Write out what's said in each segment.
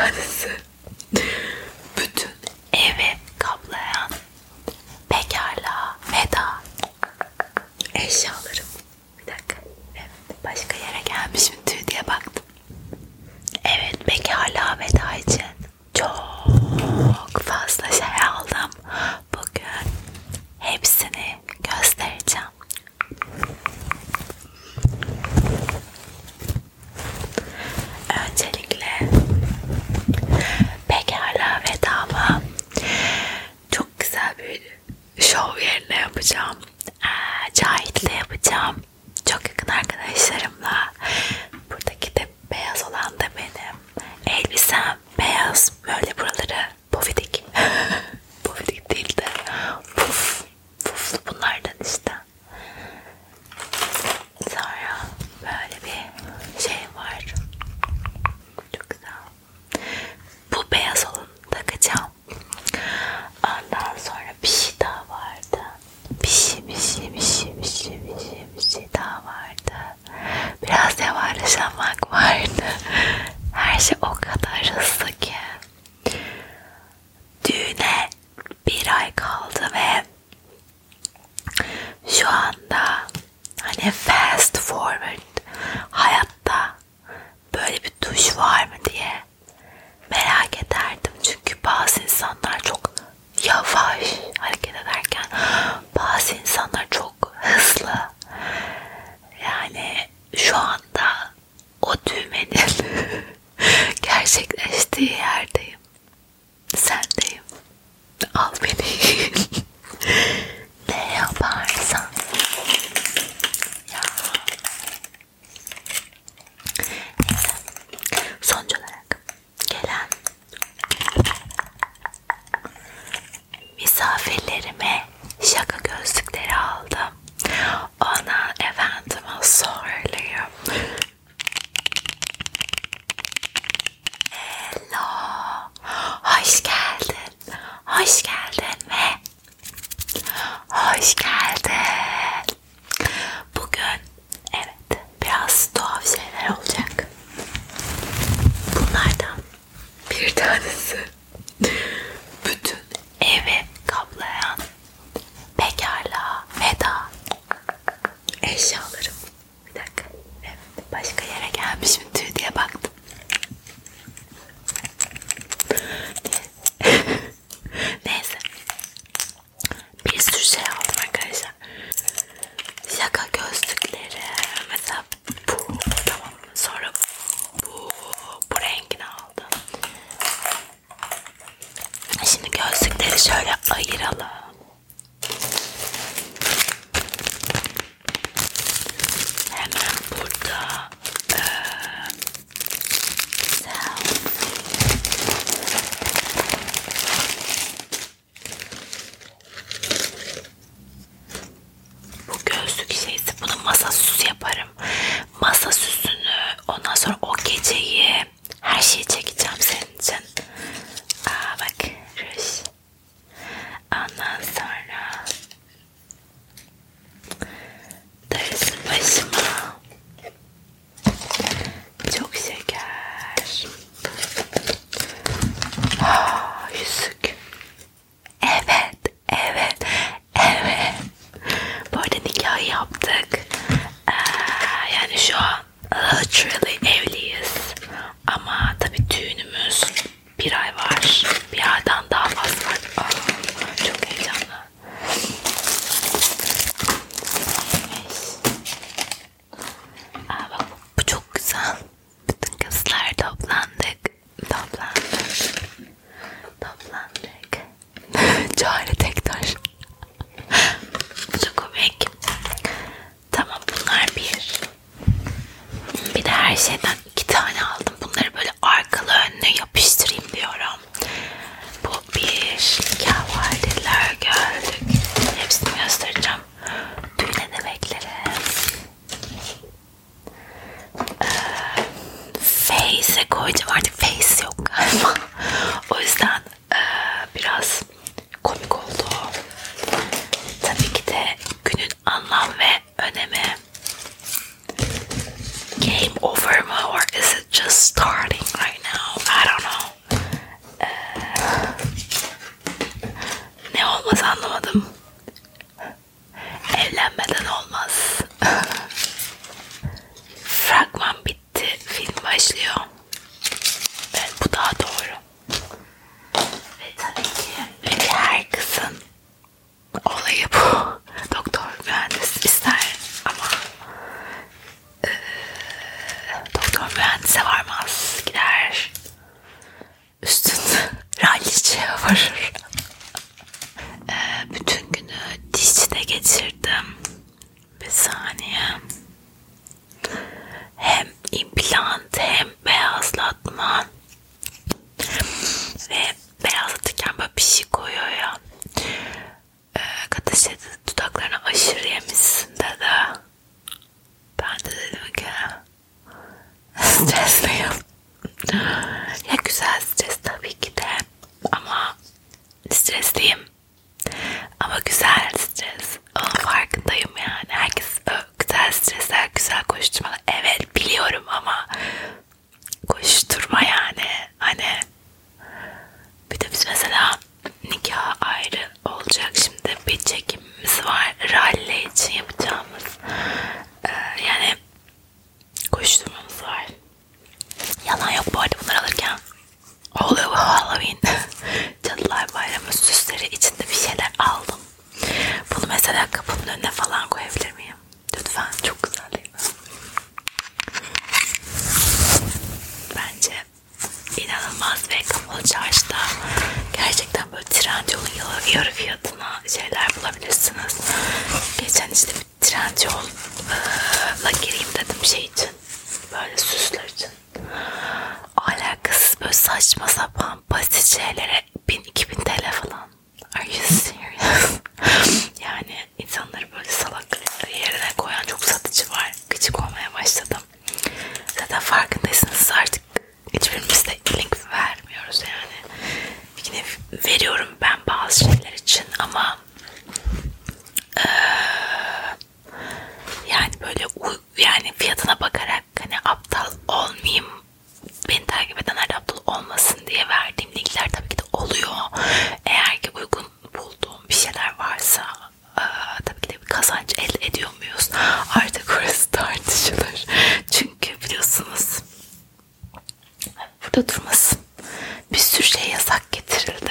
tanesi bütün evi kaplayan bekarlığa veda eşyalarım. Bir dakika. Evet, başka yere gelmişim tüy diye baktım. Evet, bekarlığa veda için çok fazla şey aldım. Bugün hepsini göstereceğim. Öncelikle bekarlığa vedamı çok güzel bir şov yerine yapacağım. Cahit'le yapacağım. Çok yakın arkadaşlarımla. Buradaki de beyaz olan da benim. Elbisem beyaz. Böyle buraları pofidik. Pofidik değil de puf. Puflu bunlardan işte. Sonra böyle bir şey var. Çok güzel. Bu beyaz olanı takacağım. Ondan sonra bir şey daha vardı. Bir şey daha vardı. Biraz yavaşlamak vardı. Her şey o kadar hızlı ki. Düğüne 1 ay kaldı ve şu anda hani fast forward hayatta böyle bir tuş var mı diye merak ederdim. Çünkü bazı insanlar çok yavaş hareket ederken bazı insanlar çok hızlı. Yani şu anda o düğmenin gerçekleştiği yerdeyim. Sendeyim. Al beni. Ne yaparsan. Ya. Neyse. Sonuç olarak gelen misafirlerime şaka gözlükleri aldım. Ona efendime söyleyeyim. Hello. Hoş geldin. Hoş geldin ve hoş geldin. Bugün evet biraz tuhaf şeyler olacak. Bunlardan bir tanesi bütün evi kaplayan bekarlığa veda eşyalarım. Bir dakika. Evet, başka yere gelmişim tüy diye baktım. Neyse. Bir sürü şey aldım arkadaşlar. Şaka gözlükleri. Mesela bu. Tamam. Sonra bu rengini aldım. Şimdi gözlükleri şöyle ayıralım. Hemen burada bu gözlük şeysi, bunu masa süsü yaparım. Masa süsünü ondan sonra o geceyi her şeyi çekeceğim senin için. Bak ruj. Ondan sonra darısı başıma. Çok şeker. Yüzük. Evet. Bu arada nikahı yaptık. Yani şu an literally evliyiz. Ama tabii düğünümüz 1 ay var. 1 aydan daha fazla var. Çok heyecanlı. Bak bu çok güzel. Bütün kızlar toplandık. Cahil tekrar. Çok komik. Tamam, bunlar bir. Bir de her şeyden 2 tane aldım. Bunları böyle arkalı önüne yapıştırayım diyorum. Bu bir. Kâvadiler gördük. Hepsini göstereceğim. Düğüne de bekleriz. Face'e koyacağım. Artık face yok galiba. O yüzden biraz komik oldu. Tabii ki de günün anlam ve önemi. Game over mı, or is it just starting right now? I don't know. stresliyim. Ya güzel stres tabii ki de ama stresliyim. Ama güzel stres. Onun farkındayım yani. Herkes güzel stresler, güzel koşturmalar. Evet biliyorum ama koşturma yani. Hani bir de biz mesela nikah ayrı olacak. Şimdi bir çekimimiz var. Rally için yapacağımız. Yani koşturmamız var. Yalan yok bu arada bunları alırken. Oluyor bu Halloween. Cadılar Bayramı süsleri içinde bir şeyler aldım. Bunu mesela kapımın önüne falan koyabilir miyim? Lütfen, çok güzel değil mi? Bence inanılmaz ve kapalı çarşıda gerçekten böyle Trendyol'un yarı fiyatına şeyler bulabilirsiniz. Geçen işte bir Trendyol'la gireyim dedim şey için. Böyle süsler için. Alakasız böyle saçma sapan basit şeylere 1000-2000 TL falan. Are you serious? Yani insanları böyle salak yerine koyan çok satıcı var. Gıcık olmaya başladım. Zaten farkındaysanız artık hiçbirimiz de link vermiyoruz yani. Yine veriyorum ben bazı şeyler için ama yani böyle yani fiyatına bakarak hani aptal olmayayım, beni takip edenler de aptal olmasın diye verdiğim linkler tabii ki de oluyor. Eğer ki uygun bulduğum bir şeyler varsa tabii ki de bir kazanç elde ediyor muyuz? Artık orası tartışılır. Çünkü biliyorsunuz burada durmasın. Bir sürü şey yasak getirildi.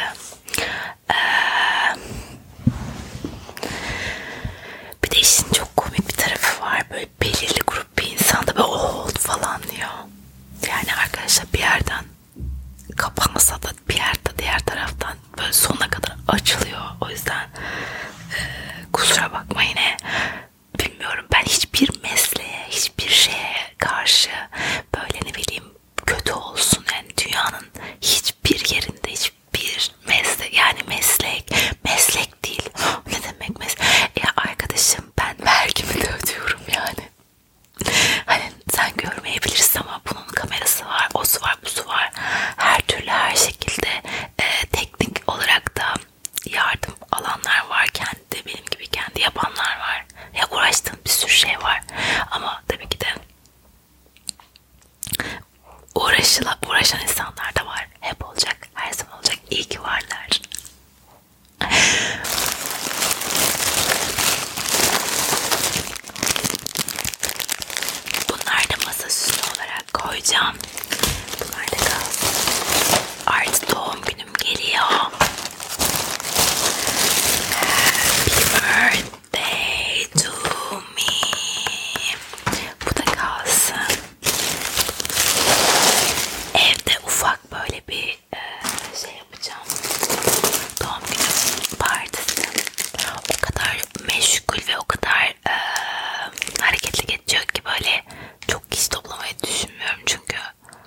Bir de işin çok komik bir tarafı var. Böyle belirli grup bir insan da böyle oldu falan diyor. Yani arkadaşlar bir yerden kapansa da bir yerde diğer taraftan böyle sonuna kadar açılıyor. O yüzden kusura bakma yine. Bilmiyorum, ben hiçbir mesleğe, hiçbir şeye karşı böyle ne bileyim kötü olsun yani dünyanın hiçbir yerinde hiçbir meslek yani meslek değil. Ne demek meslek? Ya arkadaşım ben vergimi de ödüyorum yani. Hani sen görmeyebilirsin ama bunun kamerası var, osu var, busu var. Her türlü her şekilde teknik olarak da yardım alanlar var. Kendi benim gibi kendi yapanlar var. Ya uğraştığım bir sürü şey var. Ama tabii ki de uğraşan insanlar da var. Hep olacak, her zaman olacak. İyi ki varlar. Bunlar da masa süsü olarak koyacağım. Bunlar da kalsın. Artık doğum günüm geliyor. Happy birthday to me. Bu da kalsın. Evde ufak böyle bir şey yapacağım. Doğum günü partisi. O kadar meşgul ve o kadar hareketli geçiyor ki böyle çok kişi toplamayı düşünmüyorum çünkü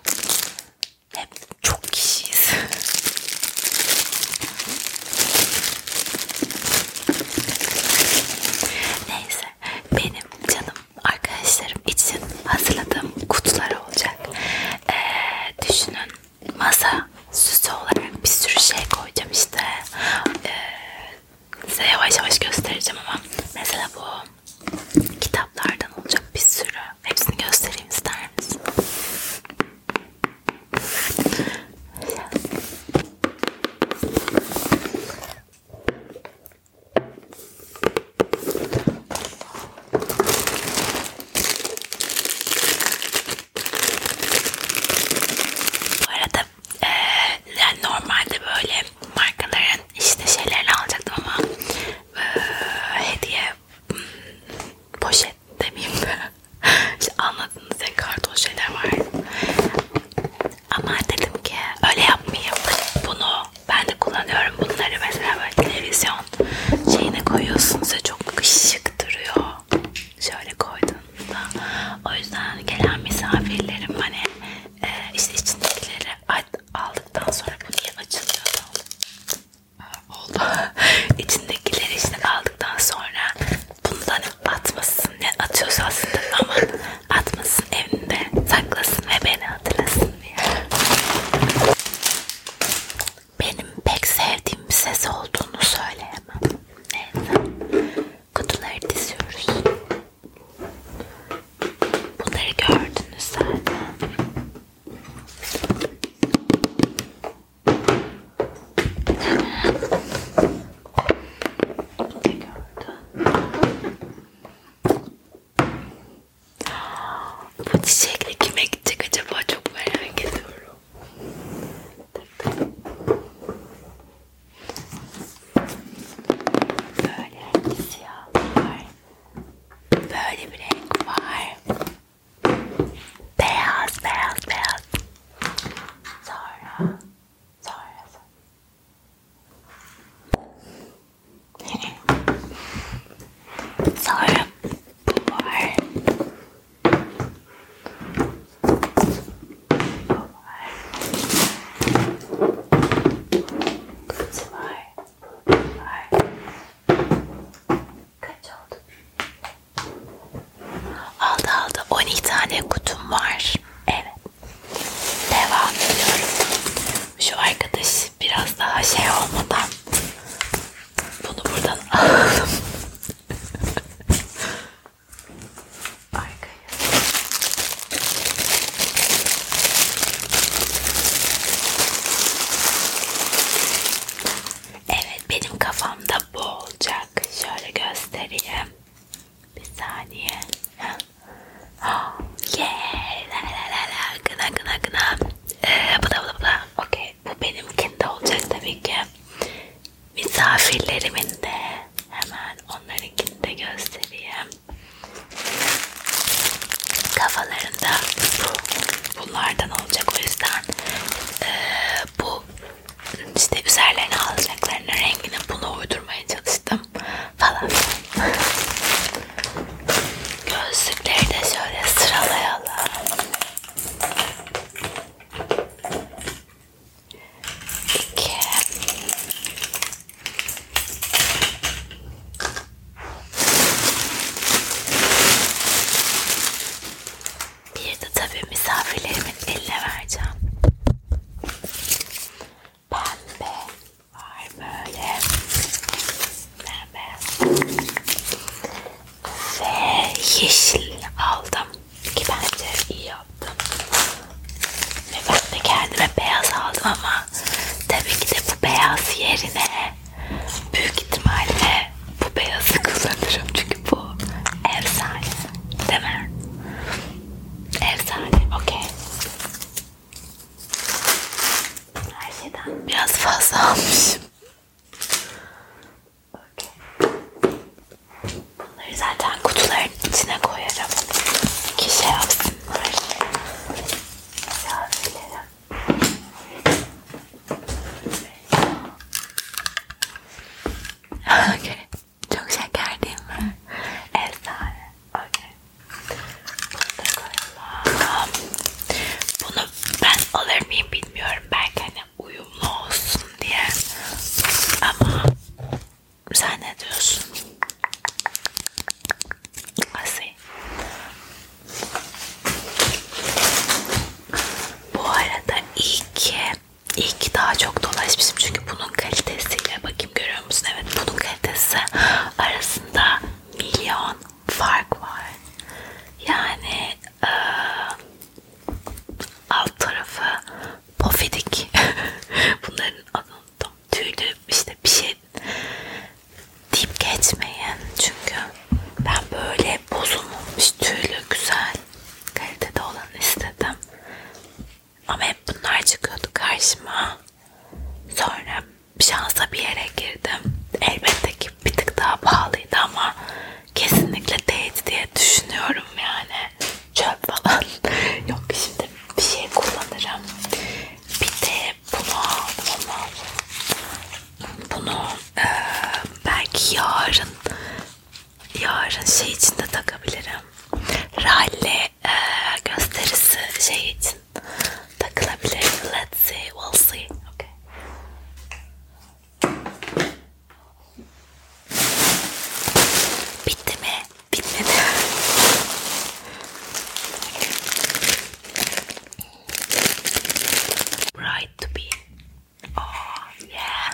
Sonrası. Sonra bu var. Bu var. Kutu var. Bu var. Kaç oldu? Aldı 12 tane kutum var. Evet. Devam ediyorum. Şu arkadaş biraz daha şey olmadan bunu buradan alalım. Arkaya. Evet, benim kafamda bu olacak. Şöyle göstereyim. Bir saniye. Yeah. La la la la. Gına. Bu da. Okey. Bu benimkinde olacak tabii ki. Misafirlerimin de hemen onlarınkini de göstereyim. Kafalarında bunlardan olacak, o yüzden bu işte üzerlerine alacaklarının rengini buna uydurmaya çalıştım falan. Gözlükleri de şöyle sıralayalım. İki. Bir de tabii misafirlerimin eline vereceğim. Pembe var böyle. Pembe. Ve yeşil aldım. Ki bence iyi yaptım. Ve ben de kendime beyaz aldım ama tabii ki de bu beyaz yerine büyük ihtimalle bu beyazı kullanırım. Çünkü bu efsane. Değil mi? Efsane. Okey. Her şeyden biraz fazla almışım. Okay. Bunları zaten kutuların içine koyarım ki şey yapsınlar. Misafirlerim. Okay. Çok şeker değil mi? Efsane. Okay. Bunu da koyalım. Bunu ben alır mıyım bilmiyorum. Belki hani uyumlu olsun diye. Ama sen ne diyorsun? Nasıl? Bu arada iyi ki daha çok dolaşmışım. Çünkü bunun kalitesiyle, bakayım görüyor musun? Evet, bunun kalitesi arasında milyon fark var. Yani alt tarafı pofidik. Bunların adını unuttum. Tüylü işte bir şey deyip geçmeyin. Çünkü ben böyle bozulmamış tüylü güzel kalitede olanı istedim. Ama hep bunlar çıkıyordu karşıma. Sonra şansa bir yere girdim. Elbette ki bir tık daha pahalıydı ama kesinlikle değdi diye düşünüyorum yani. Çöp falan. Yok, şimdi bir şey kullanırım. Bir de bunu aldım ama bunu belki yarın şey için de takabilirim. Rally gösterisi şey için takılabilir. Let's see, we'll see. Okay. Bitti mi? Bitmedi. Bright to be. Oh yeah.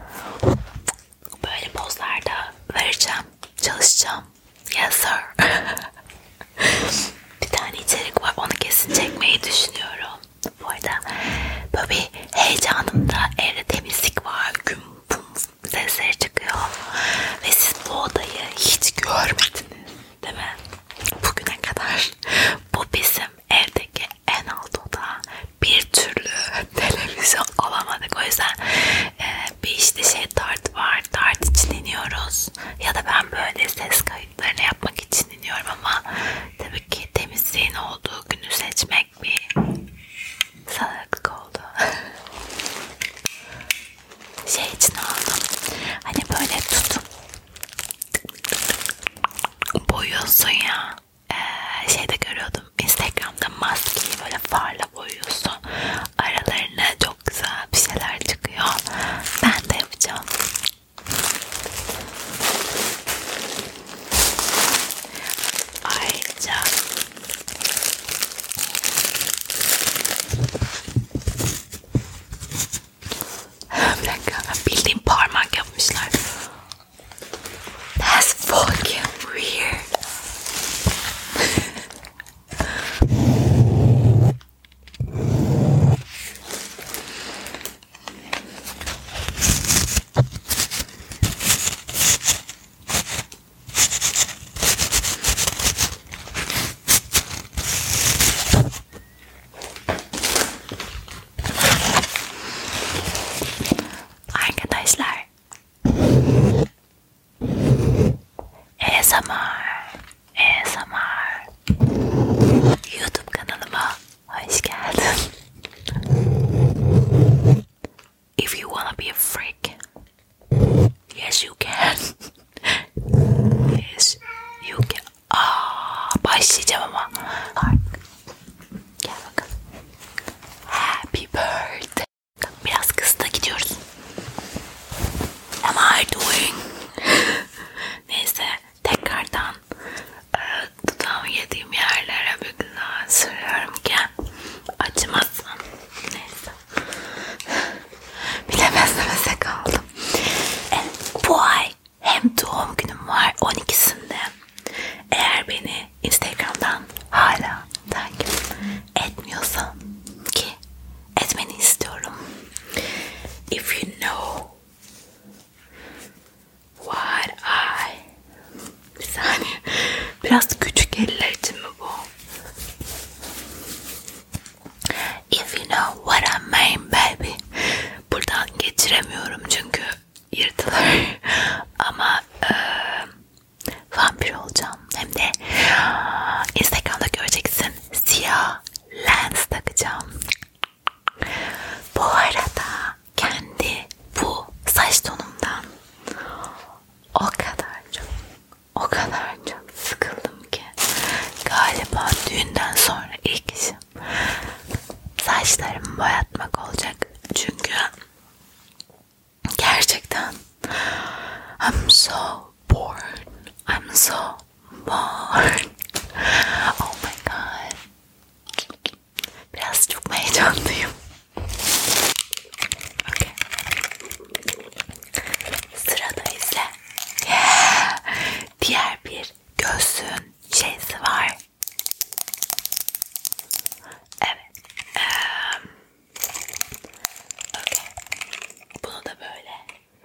Böyle pozlarda vereceğim. Çalışacağım. Yes sir. Bir tane içerik var. Onu kesin çekmeyi düşünüyorum. Bu arada böyle bir heyecanımda, evde temizlik var. Güm bum sesleri çıkıyor. Ve siz bu odayı hiç görmediniz. Değil mi? Bugüne kadar. Bu bizim evdeki en alt oda. Bir türlü televizyon alamadık. O yüzden bir işte dart var. Dart için iniyoruz. Ya da ben böyle ses kayıtlarını yapmak için iniyorum ama tabii ki temizliğin olduğu günü seçmek bir salaklık oldu. If you know what I... Bir saniye. Biraz küçük eller için mi bu? If you know what I mean baby. Buradan geçiremiyorum çünkü yırtılır. Ama vampir olacağım. Hem de Instagram'da göreceksin. Siyah lens takacağım. Bu arada kendi bu saç tonumdan o kadar çok sıkıldım ki galiba düğünden sonra ilk işim saçlarımı boyatmak olacak. Çünkü gerçekten I'm so bored. I'm so bored. Oh my god. Biraz çok heyecanlıyım. Okay. Sırada ise diğer bir göğsün şeysi var. Evet. Okay. Bunu da böyle.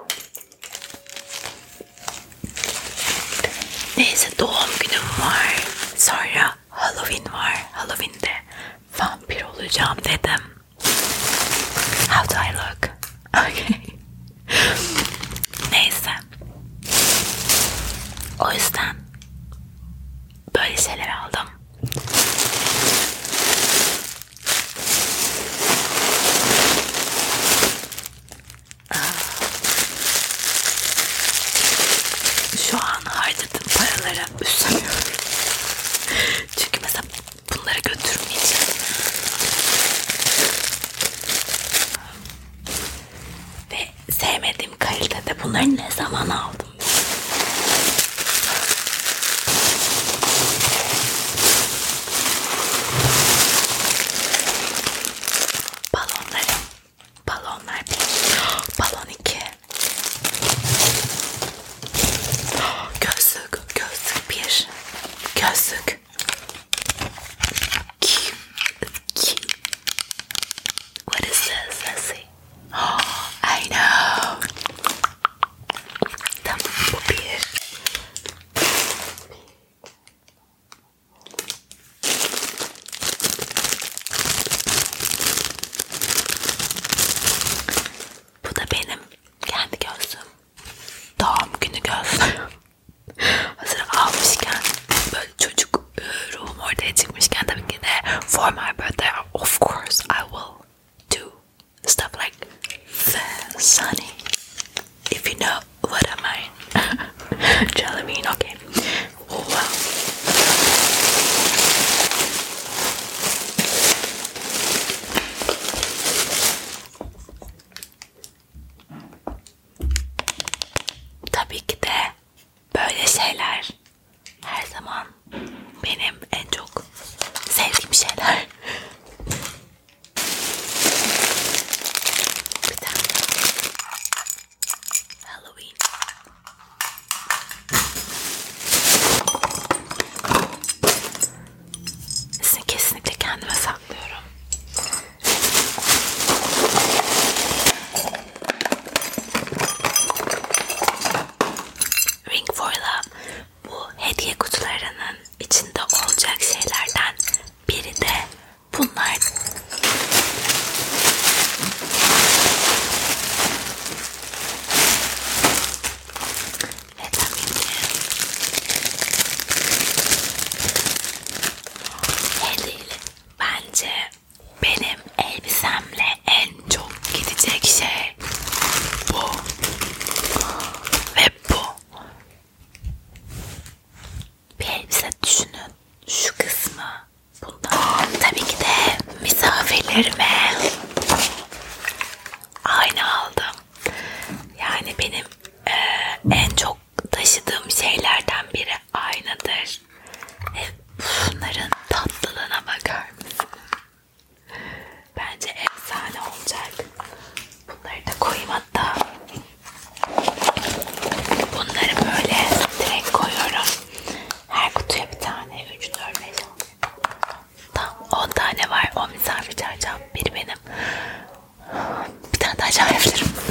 Neyse doğum günüm var. Sonra Halloween var. Halloween'de vampir olacağım dedim. How do I look? Okay. Neyse. O yüzden böyle şeyler aldım. Şu an harcadığım paralara üzülüyorum. Çünkü mesela bunları götürmeyeceğim. Ve sevmediğim kalitede bunları ne zaman aldım? Balonlar bir. Balon iki. Gözlük bir. Gözlük. İki. What is this? Let's see. Oh, I know. Tamam, bu bir. Bu da benim kendi gözlüğüm. Doğum günü gözlüğüm. Hazır almışken böyle çocuk ruhum ortaya çıkmışken tabii ki de for my birthday of course I will do stuff like this, honey. If you know what I mean. Jolly okay. Oh wow. Tabii ki de böyle şeyler her zaman benim en çok sevdiğim şeyler. Bir tane Halloween. Kesinlikle kendime saklıyorum. Ring for Love. Bu hediye kutularının içinde olacak şeylerden biri de bunlar. Ve tabii ki hediyeyle bence benim elbisemle en çok gidecek şey bu ve bu. Bir elbise düşünün. Şu kısmı bundan. Tabii ki de misafirlerime aynı aldım. Yani benim en çok taşıdığım şeylerden biri aynadır. Ve bunların tatlılığına bakar mısın? Bence efsane olacak. Bunları da koyayım hatta. Bunları böyle direkt koyuyorum. Her kutuya bir tane. 3, 4, 5, 6. Tam 10 tane var. 10 misafir çağıracağım. Biri benim. Bir tane daha çağırabilirim.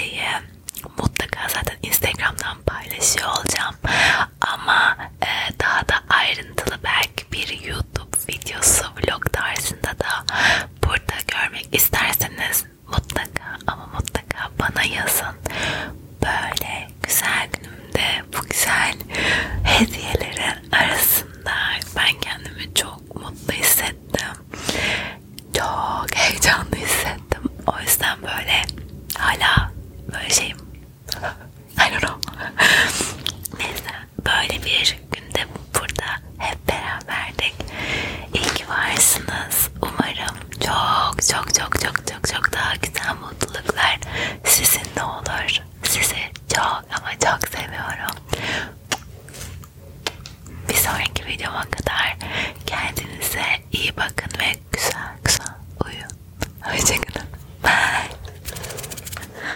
geceyi mutlaka zaten Instagram'dan paylaşıyor olacağım. Ama daha da ayrıntılı belki bir YouTube videosu, vlog tarzında da burada görmek isterseniz mutlaka ama mutlaka bana yazın. Böyle güzel günümde bu güzel hediyelerin arasında ben kendimi çok mutlu hissettim. Çok heyecanlı hissettim. O yüzden böyle hala böyle şeyim. I don't know. Neyse, böyle bir günde burada hep beraberdik. İyi ki varsınız. Umarım çok çok çok çok çok çok daha güzel mutluluklar sizinle olur. Sizi çok ama çok seviyorum. Bir sonraki videoma kadar kendinize iyi bakın ve güzel güzel uyuyun. Hoşçakalın.